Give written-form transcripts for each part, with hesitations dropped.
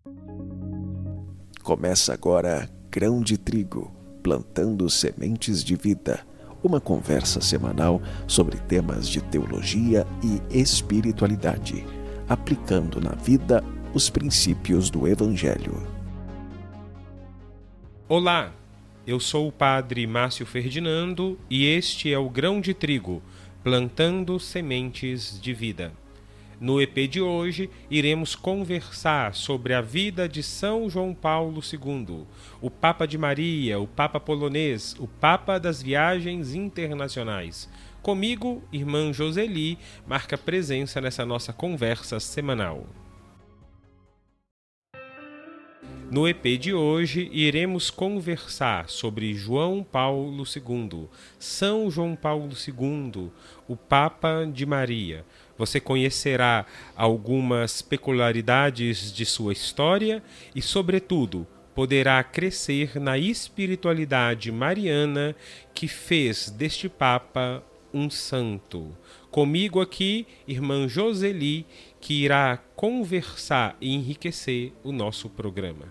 Começa agora Grão de Trigo, plantando sementes de vida. Uma conversa semanal sobre temas de teologia e espiritualidade, aplicando na vida os princípios do Evangelho. Olá, eu sou o Padre Márcio Ferdinando e este é o Grão de Trigo, plantando sementes de vida. No EP de hoje, iremos conversar sobre a vida de São João Paulo II, o Papa de Maria, o Papa polonês, o Papa das viagens internacionais. Comigo, irmã Joseli, marca presença nessa nossa conversa semanal. No EP de hoje, iremos conversar sobre João Paulo II, São João Paulo II, o Papa de Maria. Você conhecerá algumas peculiaridades de sua história e, sobretudo, poderá crescer na espiritualidade mariana que fez deste Papa um santo. Comigo aqui, irmã Joseli, que irá conversar e enriquecer o nosso programa.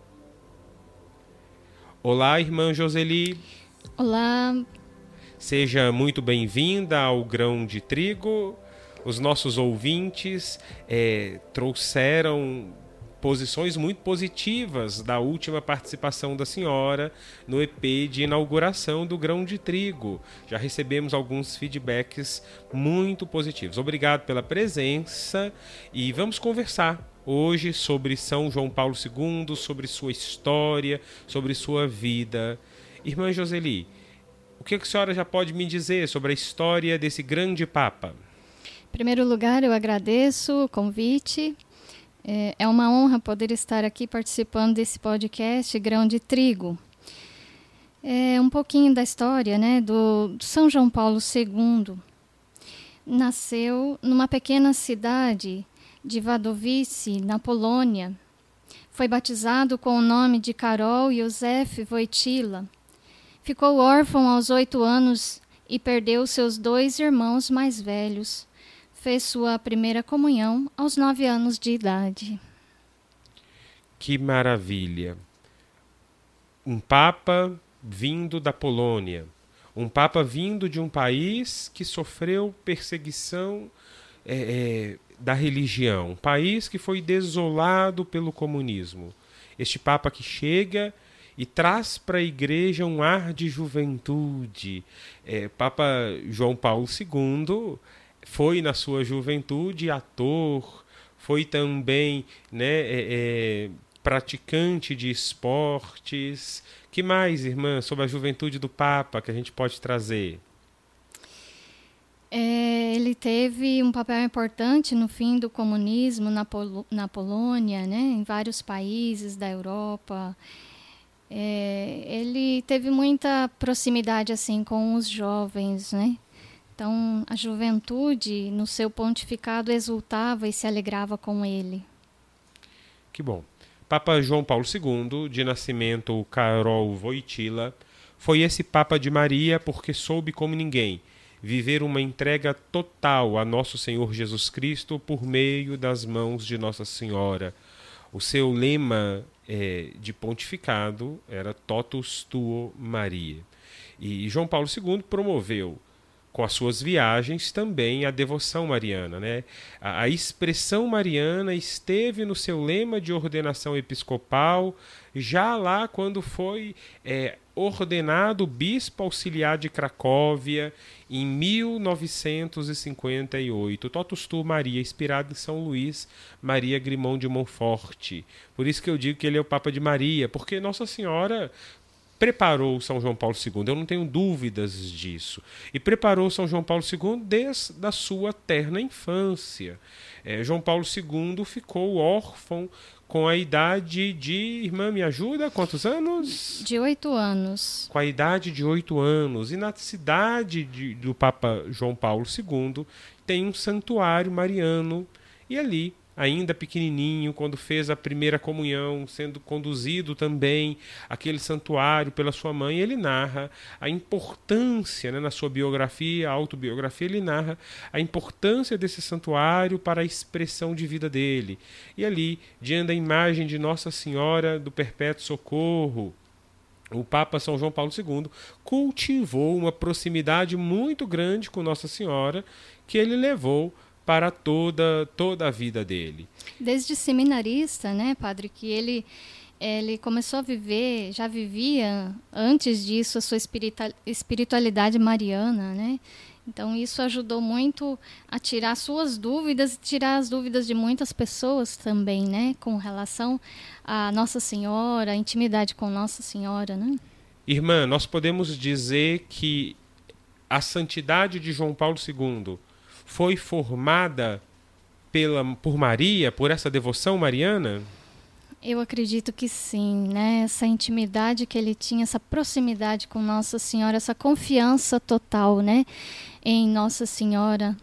Olá, irmã Joseli. Olá. Seja muito bem-vinda ao Grão de Trigo. Os nossos ouvintes trouxeram posições muito positivas da última participação da senhora no EP de inauguração do Grão de Trigo. Já recebemos alguns feedbacks muito positivos. Obrigado pela presença e vamos conversar hoje sobre São João Paulo II, sobre sua história, sobre sua vida. Irmã Joseli, o que a senhora já pode me dizer sobre a história desse grande Papa? Em primeiro lugar, eu agradeço o convite. É uma honra poder estar aqui participando desse podcast Grão de Trigo. Um pouquinho da história, do São João Paulo II. Nasceu numa pequena cidade de Wadowice, na Polônia. Foi batizado com o nome de Karol Józef Wojtyła. Ficou órfão aos 8 anos e perdeu seus 2 irmãos mais velhos. Fez sua primeira comunhão aos 9 anos de idade. Que maravilha! Um Papa vindo da Polônia, um Papa vindo de um país que sofreu perseguição da religião, um país que foi desolado pelo comunismo. Este Papa que chega e traz para a igreja um ar de juventude. Papa João Paulo II foi na sua juventude ator, foi também praticante de esportes. Que mais, irmã, sobre a juventude do Papa que a gente pode trazer? Ele teve um papel importante no fim do comunismo na Polônia, em vários países da Europa. Ele teve muita proximidade assim, com os jovens, Então, a juventude, no seu pontificado, exultava e se alegrava com ele. Que bom. Papa João Paulo II, de nascimento Karol Wojtyła, foi esse Papa de Maria porque soube como ninguém viver uma entrega total a Nosso Senhor Jesus Cristo por meio das mãos de Nossa Senhora. O seu lema de pontificado era Totus Tuo Maria. E João Paulo II promoveu com as suas viagens também a devoção mariana, A expressão mariana esteve no seu lema de ordenação episcopal, já lá quando foi ordenado bispo auxiliar de Cracóvia, em 1958. Totus Tuo Maria, inspirado em São Luís Maria Grimond de Montfort. Por isso que eu digo que ele é o Papa de Maria, porque Nossa Senhora preparou São João Paulo II, eu não tenho dúvidas disso. E preparou São João Paulo II desde a sua terna infância. João Paulo II ficou órfão com a idade de... Irmã, me ajuda? Quantos anos? De 8 anos. Com a idade de 8 anos. E na cidade do Papa João Paulo II tem um santuário mariano. E ali ainda pequenininho, quando fez a primeira comunhão, sendo conduzido também àquele santuário pela sua mãe, ele narra a importância, né, na sua biografia, autobiografia, ele narra a importância desse santuário para a expressão de vida dele. E ali, diante da imagem de Nossa Senhora do Perpétuo Socorro, o Papa São João Paulo II cultivou uma proximidade muito grande com Nossa Senhora, que ele levou para toda a vida dele. Desde seminarista, né, padre, que ele começou a viver, já vivia antes disso a sua espiritualidade mariana, né? Então isso ajudou muito a tirar suas dúvidas e tirar as dúvidas de muitas pessoas também, né, com relação a Nossa Senhora, a intimidade com Nossa Senhora, né? Irmã, nós podemos dizer que a santidade de João Paulo II foi formada por Maria, por essa devoção mariana? Eu acredito que sim, né? Essa intimidade que ele tinha, essa proximidade com Nossa Senhora, essa confiança total, né, em Nossa Senhora,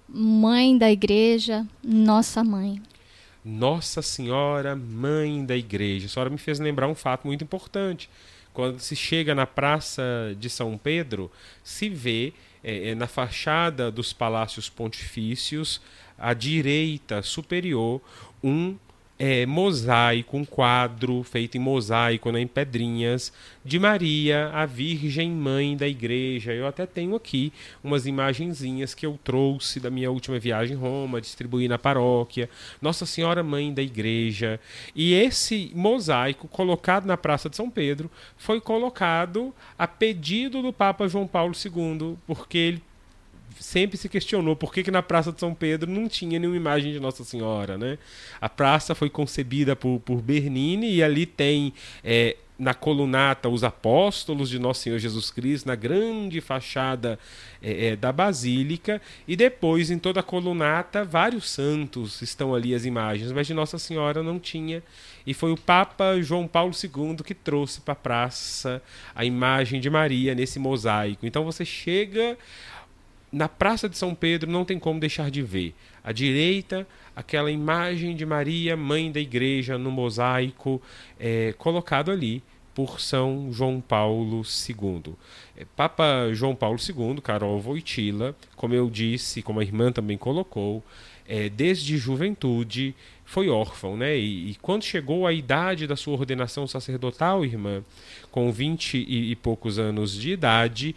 Mãe da Igreja, nossa mãe. Nossa Senhora, Mãe da Igreja. A senhora me fez lembrar um fato muito importante. Quando se chega na Praça de São Pedro, se vê na fachada dos Palácios Pontifícios, à direita superior, um mosaico, um quadro feito em mosaico, né, em pedrinhas, de Maria, a Virgem Mãe da Igreja. Eu até tenho aqui umas imagenzinhas que eu trouxe da minha última viagem em Roma, distribuí na paróquia, Nossa Senhora Mãe da Igreja. E esse mosaico colocado na Praça de São Pedro foi colocado a pedido do Papa João Paulo II, porque ele sempre se questionou por que na Praça de São Pedro não tinha nenhuma imagem de Nossa Senhora, né? A praça foi concebida por Bernini e ali tem na colunata os apóstolos de Nosso Senhor Jesus Cristo, na grande fachada da Basílica, e depois em toda a colunata vários santos estão ali as imagens, mas de Nossa Senhora não tinha. E foi o Papa João Paulo II que trouxe para a praça a imagem de Maria nesse mosaico. Então você chega na Praça de São Pedro, não tem como deixar de ver. À direita, aquela imagem de Maria, Mãe da Igreja, no mosaico, colocado ali por São João Paulo II. Papa João Paulo II, Carol Wojtyla, como eu disse, como a irmã também colocou, desde juventude foi órfão, né? E quando chegou a idade da sua ordenação sacerdotal, irmã, com 20 e poucos anos de idade,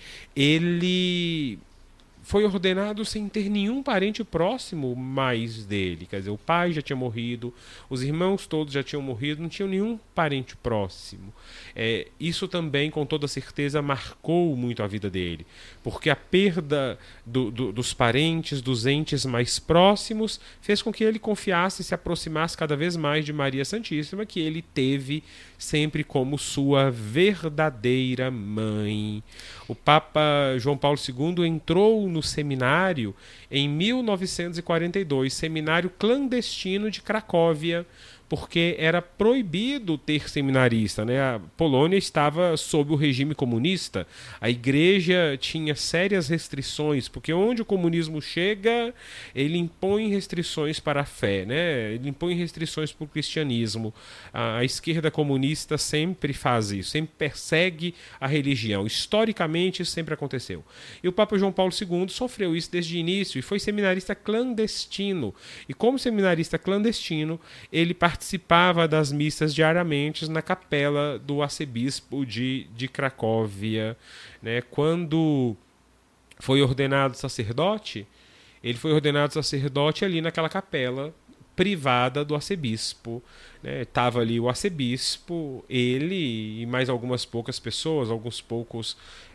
ele foi ordenado sem ter nenhum parente próximo mais dele. Quer dizer, o pai já tinha morrido, os irmãos todos já tinham morrido, não tinham nenhum parente próximo. Isso também, com toda certeza, marcou muito a vida dele, porque a perda dos parentes, dos entes mais próximos, fez com que ele confiasse e se aproximasse cada vez mais de Maria Santíssima, que ele teve sempre como sua verdadeira mãe. O Papa João Paulo II entrou no seminário em 1942, seminário clandestino de Cracóvia, porque era proibido ter seminarista, né? A Polônia estava sob o regime comunista, a igreja tinha sérias restrições, porque onde o comunismo chega, ele impõe restrições para a fé, né? Ele impõe restrições para o cristianismo. A esquerda comunista sempre faz isso, sempre persegue a religião. Historicamente, isso sempre aconteceu. E o Papa João Paulo II sofreu isso desde o início e foi seminarista clandestino. E como seminarista clandestino, ele participava das missas diariamente na capela do arcebispo de Cracóvia, né? Quando foi ordenado sacerdote, ele foi ordenado sacerdote ali naquela capela privada do arcebispo, né? Estava ali o arcebispo, ele e mais algumas poucas pessoas, alguns poucos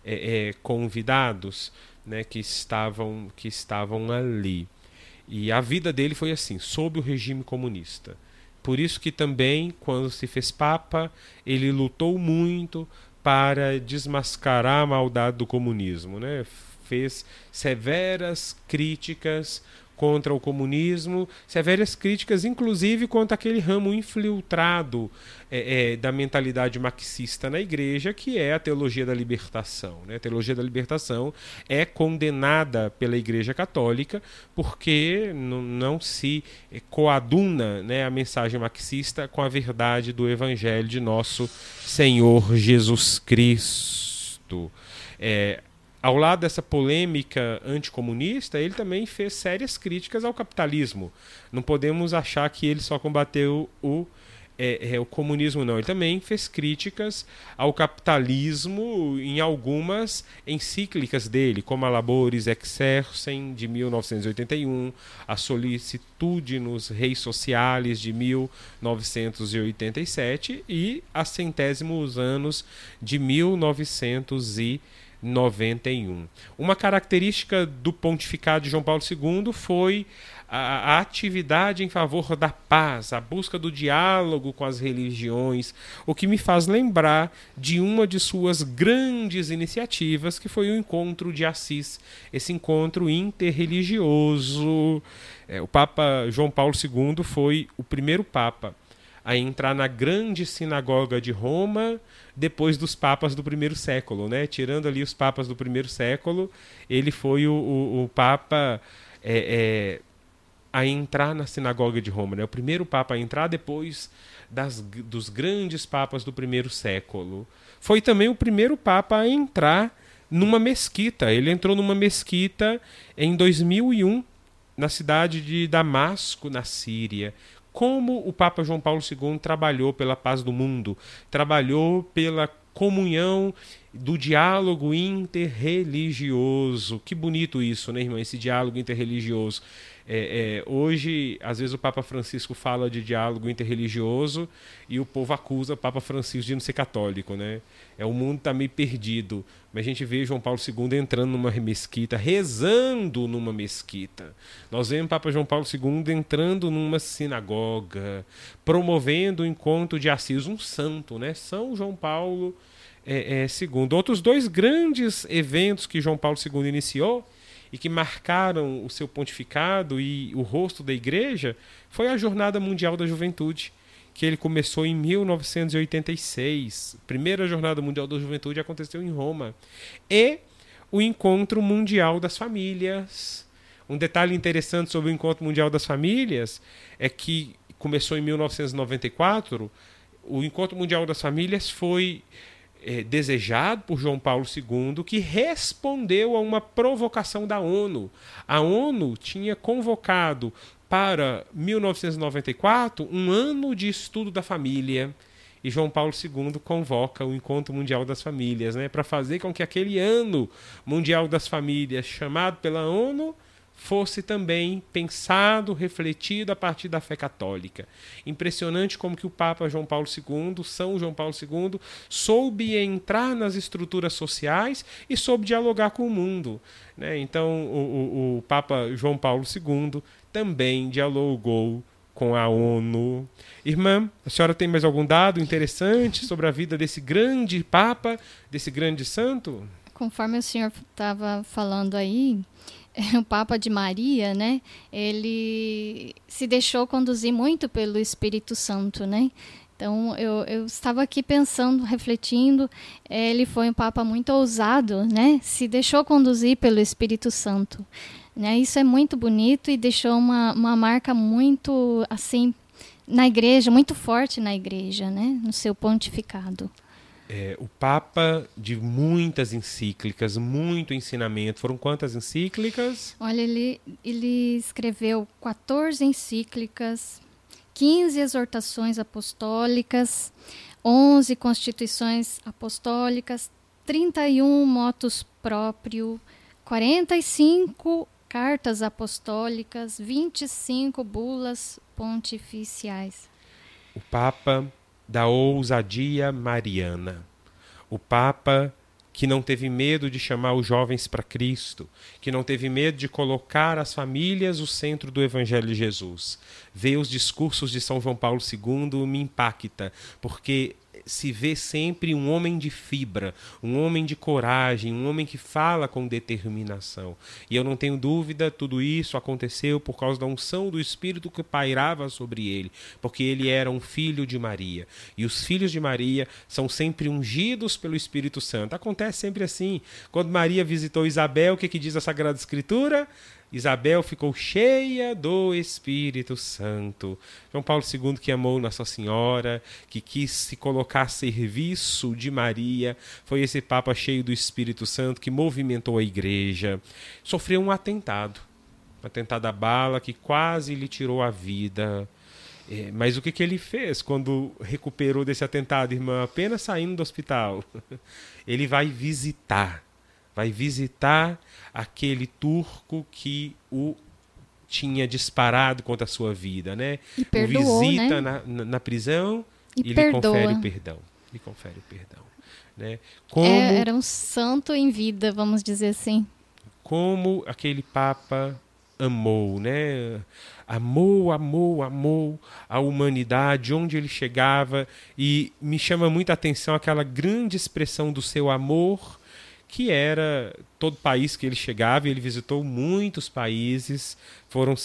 convidados, né, que estavam ali. E a vida dele foi assim, sob o regime comunista. Por isso que também, quando se fez Papa, ele lutou muito para desmascarar a maldade do comunismo, né? Fez severas críticas contra o comunismo, severas críticas, inclusive, contra aquele ramo infiltrado da mentalidade marxista na igreja, que é a teologia da libertação, né? A teologia da libertação é condenada pela Igreja Católica porque não se coaduna, né, a mensagem marxista com a verdade do Evangelho de nosso Senhor Jesus Cristo. Ao lado dessa polêmica anticomunista, ele também fez sérias críticas ao capitalismo. Não podemos achar que ele só combateu o comunismo, não. Ele também fez críticas ao capitalismo em algumas encíclicas dele, como a Laboris Exercens, de 1981, a Solicitudinis Rei Socialis, de 1987, e a Centésimos Anos, de 1991. Uma característica do pontificado de João Paulo II foi a atividade em favor da paz, a busca do diálogo com as religiões, o que me faz lembrar de uma de suas grandes iniciativas, que foi o Encontro de Assis, esse encontro interreligioso. O Papa João Paulo II foi o primeiro Papa a entrar na grande sinagoga de Roma depois dos papas do primeiro século, né? Tirando ali os papas do primeiro século, ele foi o Papa a entrar na sinagoga de Roma, né? O primeiro Papa a entrar depois dos grandes papas do primeiro século. Foi também o primeiro Papa a entrar numa mesquita. Ele entrou numa mesquita em 2001, na cidade de Damasco, na Síria. Como o Papa João Paulo II trabalhou pela paz do mundo, trabalhou pela comunhão do diálogo interreligioso. Que bonito isso, né, irmã? Esse diálogo interreligioso. Hoje, às vezes, o Papa Francisco fala de diálogo interreligioso e o povo acusa o Papa Francisco de não ser católico, né? O mundo está meio perdido. Mas a gente vê João Paulo II entrando numa mesquita, rezando numa mesquita. Nós vemos o Papa João Paulo II entrando numa sinagoga, promovendo o encontro de Assis, um santo, né? São João Paulo II. Outros dois grandes eventos que João Paulo II iniciou e que marcaram o seu pontificado e o rosto da igreja foi a Jornada Mundial da Juventude, que ele começou em 1986. A primeira Jornada Mundial da Juventude aconteceu em Roma. E o Encontro Mundial das Famílias. Um detalhe interessante sobre o Encontro Mundial das Famílias é que começou em 1994. O Encontro Mundial das Famílias foi desejado por João Paulo II, que respondeu a uma provocação da ONU. A ONU tinha convocado para 1994 um ano de estudo da família, e João Paulo II convoca o Encontro Mundial das Famílias, né, para fazer com que aquele ano mundial das famílias, chamado pela ONU, fosse também pensado, refletido a partir da fé católica. Impressionante como que o Papa João Paulo II, São João Paulo II, soube entrar nas estruturas sociais e soube dialogar com o mundo, né? Então, o Papa João Paulo II também dialogou com a ONU. Irmã, a senhora tem mais algum dado interessante sobre a vida desse grande Papa, desse grande santo? Conforme o senhor estava falando aí, o Papa de Maria, né? Ele se deixou conduzir muito pelo Espírito Santo, né? Então, eu estava aqui pensando, refletindo, ele foi um Papa muito ousado, né? Se deixou conduzir pelo Espírito Santo, né? Isso é muito bonito e deixou uma marca muito, assim, na igreja, muito forte na igreja, né? No seu pontificado. O Papa de muitas encíclicas, muito ensinamento. Foram quantas encíclicas? Olha, ele escreveu 14 encíclicas, 15 exortações apostólicas, 11 constituições apostólicas, 31 motus próprio, 45 cartas apostólicas, 25 bulas pontificiais. O Papa da ousadia mariana. O Papa que não teve medo de chamar os jovens para Cristo, que não teve medo de colocar as famílias no centro do Evangelho de Jesus. Ver os discursos de São João Paulo II me impacta, porque se vê sempre um homem de fibra, um homem de coragem, um homem que fala com determinação. E eu não tenho dúvida, tudo isso aconteceu por causa da unção do Espírito que pairava sobre ele, porque ele era um filho de Maria. E os filhos de Maria são sempre ungidos pelo Espírito Santo. Acontece sempre assim. Quando Maria visitou Isabel, o que diz a Sagrada Escritura? Isabel ficou cheia do Espírito Santo. João Paulo II, que amou Nossa Senhora, que quis se colocar a serviço de Maria, foi esse Papa cheio do Espírito Santo que movimentou a Igreja. Sofreu um atentado à bala que quase lhe tirou a vida. Mas o que ele fez quando recuperou desse atentado, irmã? Apenas saindo do hospital. Ele vai visitar aquele turco que o tinha disparado contra a sua vida, né? E perdoou, o visita, né? na prisão e lhe confere o perdão. Né? Era um santo em vida, vamos dizer assim. Como aquele Papa amou, né? Amou a humanidade, onde ele chegava, e me chama muita atenção aquela grande expressão do seu amor, que era todo país que ele chegava, e ele visitou muitos países, foram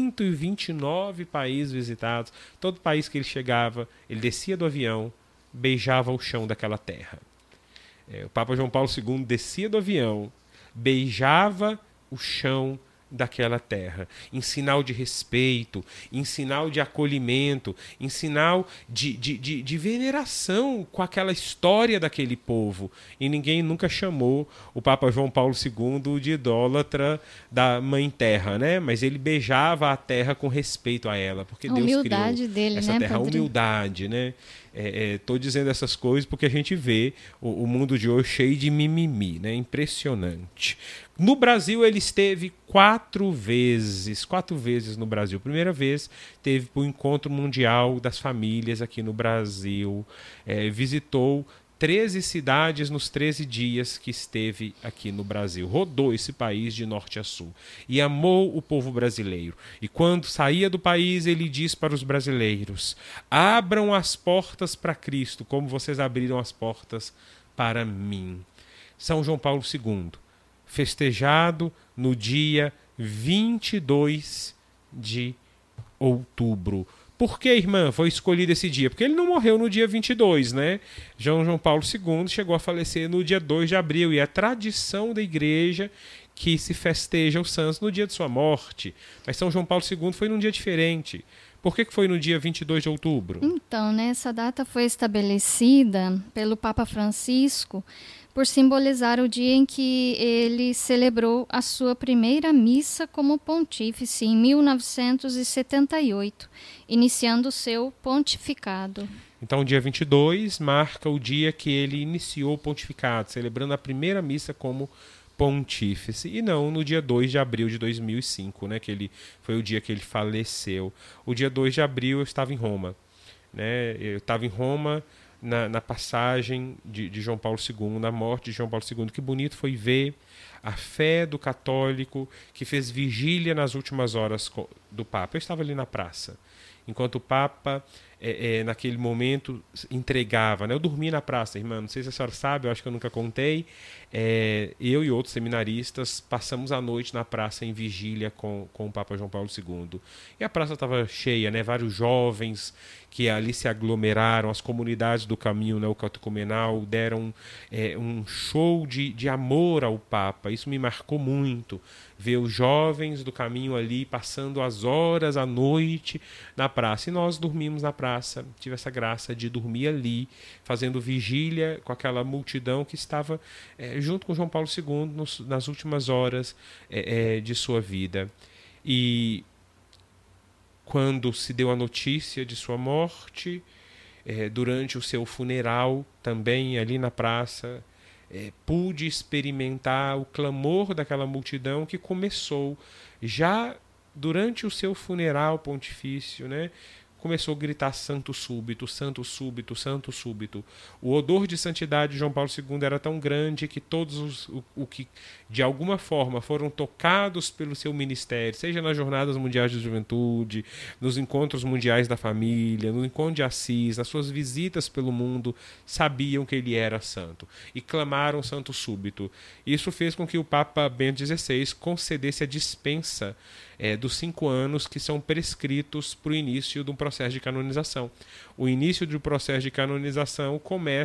129 países visitados, todo país que ele chegava, ele descia do avião, beijava o chão daquela terra. O Papa João Paulo II descia do avião, beijava o chão daquela terra, em sinal de respeito, em sinal de acolhimento, em sinal de veneração com aquela história daquele povo. E ninguém nunca chamou o Papa João Paulo II de idólatra da Mãe Terra, né? Mas ele beijava a terra com respeito a ela, porque Deus criou dele, essa né, terra, a humildade, né? Estou dizendo essas coisas porque a gente vê o mundo de hoje cheio de mimimi, né? Impressionante. No Brasil ele esteve 4 vezes no Brasil. Primeira vez teve o Encontro Mundial das Famílias aqui no Brasil. Visitou 13 cidades nos 13 dias que esteve aqui no Brasil. Rodou esse país de norte a sul e amou o povo brasileiro. E quando saía do país, ele diz para os brasileiros: abram as portas para Cristo, como vocês abriram as portas para mim. São João Paulo II, festejado no dia 22 de outubro. Por que, irmã, foi escolhido esse dia? Porque ele não morreu no dia 22, né? João Paulo II chegou a falecer no dia 2 de abril, e é tradição da Igreja que se festeja os santos no dia de sua morte. Mas São João Paulo II foi num dia diferente. Por que foi no dia 22 de outubro? Então, né, essa data foi estabelecida pelo Papa Francisco por simbolizar o dia em que ele celebrou a sua primeira missa como pontífice em 1978, iniciando o seu pontificado. Então, o dia 22 marca o dia que ele iniciou o pontificado, celebrando a primeira missa como pontífice, e não no dia 2 de abril de 2005, né, que foi o dia que ele faleceu. O dia 2 de abril eu estava em Roma, né? Eu estava em Roma na passagem de João Paulo II, na morte de João Paulo II. Que bonito foi ver a fé do católico que fez vigília nas últimas horas do Papa. Eu estava ali na praça, enquanto o Papa, naquele momento, entregava, né? Eu dormi na praça, irmã, não sei se a senhora sabe, eu acho que eu nunca contei. Eu e outros seminaristas passamos a noite na praça em vigília com o Papa João Paulo II. E a praça estava cheia, né? Vários jovens que ali se aglomeraram, as comunidades do caminho neocatecumenal deram um show de amor ao Papa. Isso me marcou muito, ver os jovens do caminho ali passando as horas, a noite na praça. E nós dormimos na praça, tive essa graça de dormir ali, fazendo vigília com aquela multidão que estava junto com João Paulo II nas últimas horas de sua vida. E quando se deu a notícia de sua morte, durante o seu funeral, também ali na praça, pude experimentar o clamor daquela multidão que começou já durante o seu funeral pontifício, né, começou a gritar santo súbito, santo súbito, santo súbito. O odor de santidade de João Paulo II era tão grande que todos o que de alguma forma foram tocados pelo seu ministério, seja nas Jornadas Mundiais de Juventude, nos Encontros Mundiais da Família, no Encontro de Assis, nas suas visitas pelo mundo, sabiam que ele era santo e clamaram santo súbito. Isso fez com que o Papa Bento XVI concedesse a dispensa dos 5 anos que são prescritos para o início de um processo de canonização. O início do processo de canonização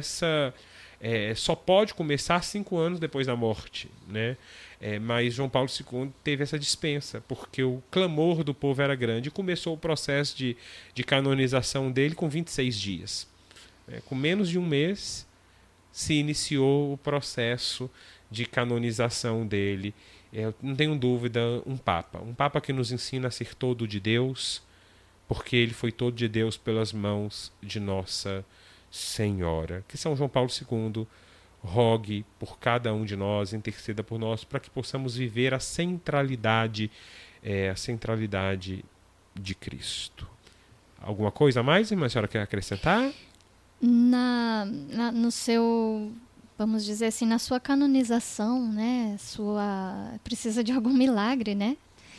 só pode começar 5 anos depois da morte, né? Mas João Paulo II teve essa dispensa, porque o clamor do povo era grande, e começou o processo de canonização dele com 26 dias. Com menos de um mês se iniciou o processo de canonização dele. Eu não tenho dúvida, um Papa que nos ensina a ser todo de Deus, porque ele foi todo de Deus pelas mãos de Nossa Senhora. Que São João Paulo II rogue por cada um de nós, interceda por nós, para que possamos viver a centralidade de Cristo. Alguma coisa a mais, irmã, a senhora quer acrescentar? No seu, vamos dizer assim, na sua canonização, né, precisa de algum milagre, né?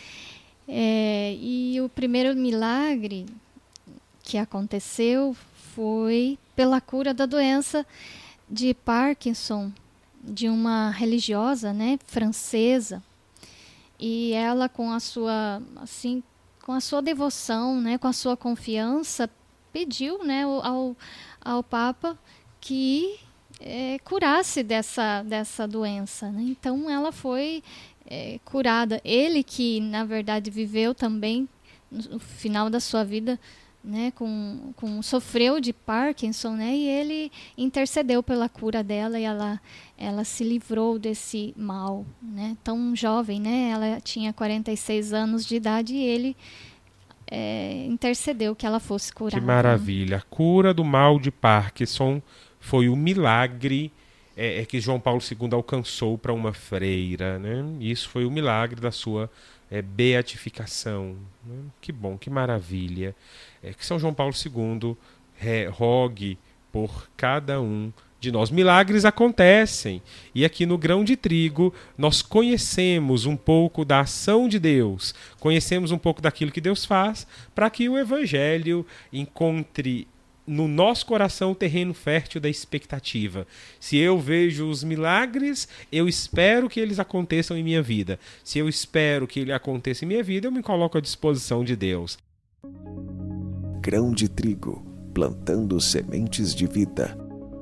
E o primeiro milagre que aconteceu foi pela cura da doença de Parkinson, de uma religiosa, né, francesa. E ela, com a sua devoção, né, com a sua confiança, pediu, né, ao Papa que curasse dessa doença, né? Então ela foi curada. Ele que, na verdade, viveu também no final da sua vida, né, sofreu de Parkinson, né, e ele intercedeu pela cura dela, e ela se livrou desse mal, né, tão jovem, né, ela tinha 46 anos de idade, e ele intercedeu que ela fosse curada. Que maravilha! A cura do mal de Parkinson foi o milagre que João Paulo II alcançou para uma freira, né? Isso foi o milagre da sua beatificação, né? Que bom, que maravilha! Que São João Paulo II rogue por cada um de nós. Milagres acontecem, e aqui no Grão de Trigo nós conhecemos um pouco da ação de Deus, conhecemos um pouco daquilo que Deus faz, para que o Evangelho encontre no nosso coração o terreno fértil da expectativa. Se eu vejo os milagres, eu espero que eles aconteçam em minha vida. Se eu espero que ele aconteça em minha vida, eu me coloco à disposição de Deus. Grão de Trigo, plantando sementes de vida.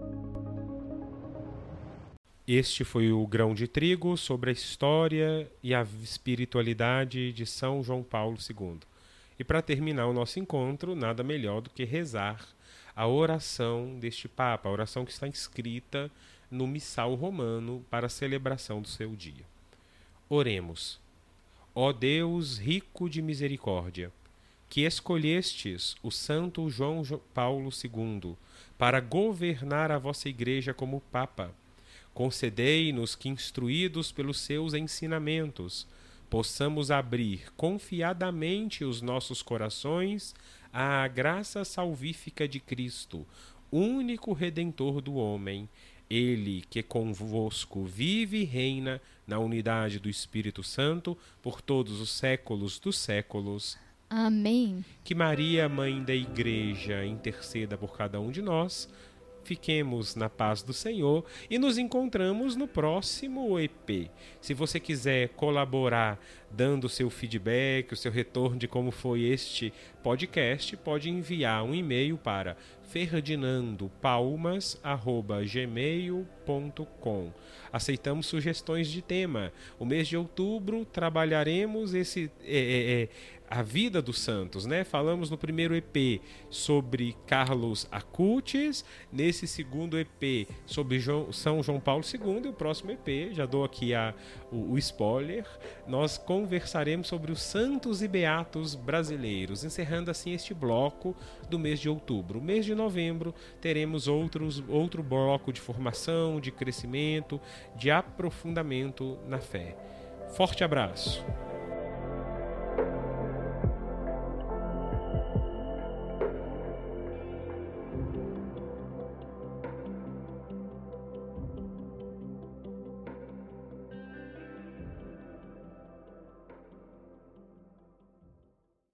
Este foi o Grão de Trigo sobre a história e a espiritualidade de São João Paulo II. E para terminar o nosso encontro, nada melhor do que rezar a oração deste Papa, a oração que está inscrita no Missal Romano para a celebração do seu dia. Oremos. Ó Deus rico de misericórdia, que escolhestes o Santo João Paulo II para governar a vossa Igreja como Papa, concedei-nos que, instruídos pelos seus ensinamentos, possamos abrir confiadamente os nossos corações à graça salvífica de Cristo, único Redentor do homem, Ele que convosco vive e reina na unidade do Espírito Santo por todos os séculos dos séculos. Amém. Que Maria, Mãe da Igreja, interceda por cada um de nós. Fiquemos na paz do Senhor e nos encontramos no próximo EP. Se você quiser colaborar dando o seu feedback, o seu retorno de como foi este podcast, pode enviar um e-mail para ferdinandopalmas@gmail.com. Aceitamos sugestões de tema. O mês de outubro trabalharemos a vida dos santos, né? Falamos no primeiro EP sobre Carlos Acutis, nesse segundo EP sobre São João Paulo II, e o próximo EP, já dou aqui o spoiler, nós conversaremos sobre os santos e beatos brasileiros, encerrando assim este bloco do mês de outubro. O mês de novembro teremos outro bloco de formação, de crescimento, de aprofundamento na fé. Forte abraço!